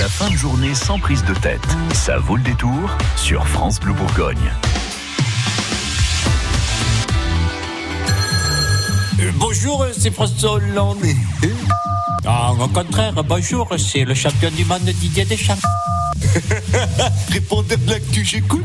La fin de journée sans prise de tête. Ça vaut le détour sur France Bleu Bourgogne. Bonjour, c'est François Hollande. Au contraire, bonjour, c'est le champion du monde Didier Deschamps. Répondez de l'actu, j'écoute.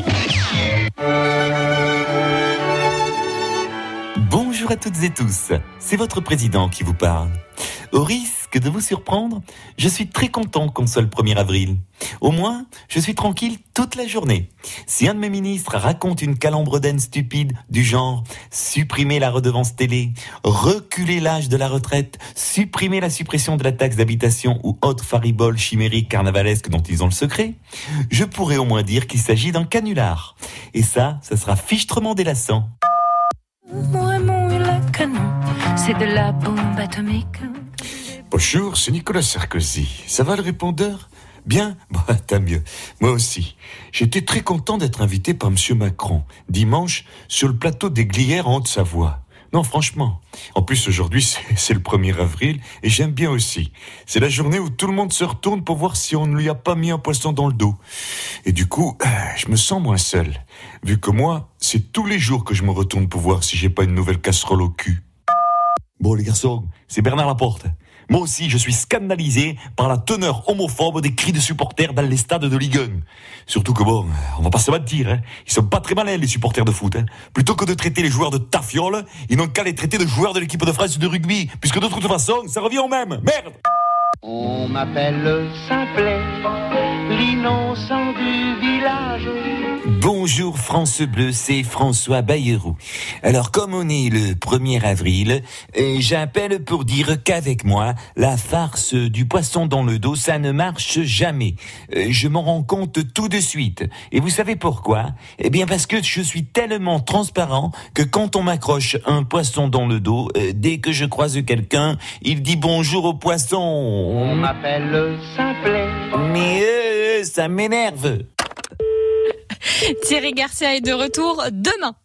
Bonjour à toutes et tous, c'est votre président qui vous parle. Au risque de vous surprendre, je suis très content qu'on soit le 1er avril. Au moins, je suis tranquille toute la journée. Si un de mes ministres raconte une calembredaine stupide du genre supprimer la redevance télé, reculer l'âge de la retraite, supprimer la suppression de la taxe d'habitation ou autre faribole chimérique carnavalesque dont ils ont le secret, je pourrais au moins dire qu'il s'agit d'un canular. Et ça sera fichtrement délassant. Le canon, c'est de la bombe atomique. Bonjour, c'est Nicolas Sarkozy. Ça va le répondeur ? Bien ? Bah, tant mieux. Moi aussi. J'étais très content d'être invité par Monsieur Macron, dimanche, sur le plateau des Glières en Haute-Savoie. Non, franchement. En plus, aujourd'hui, c'est le 1er avril, et j'aime bien aussi. C'est la journée où tout le monde se retourne pour voir si on ne lui a pas mis un poisson dans le dos. Et du coup, je me sens moins seul. Vu que moi, c'est tous les jours que je me retourne pour voir si j'ai pas une nouvelle casserole au cul. Bon, les garçons, c'est Bernard Laporte. Moi aussi, je suis scandalisé par la teneur homophobe des cris de supporters dans les stades de Ligue 1. Surtout que bon, on va pas se mentir, hein. Ils sont pas très malins, les supporters de foot, hein. Plutôt que de traiter les joueurs de tafiole, ils n'ont qu'à les traiter de joueurs de l'équipe de France de rugby, puisque de toute façon, ça revient au même. Merde! On m'appelle Simplet, l'innocent du village. Bonjour France Bleu, c'est François Bayrou. Alors comme on est le 1er avril, j'appelle pour dire qu'avec moi, la farce du poisson dans le dos, ça ne marche jamais. Je m'en rends compte tout de suite. Et vous savez pourquoi ? Eh bien parce que je suis tellement transparent que quand on m'accroche un poisson dans le dos, dès que je croise quelqu'un, il dit bonjour au poisson. On m'appelle Simplet. Mais ça m'énerve. Thierry Garcia est de retour demain.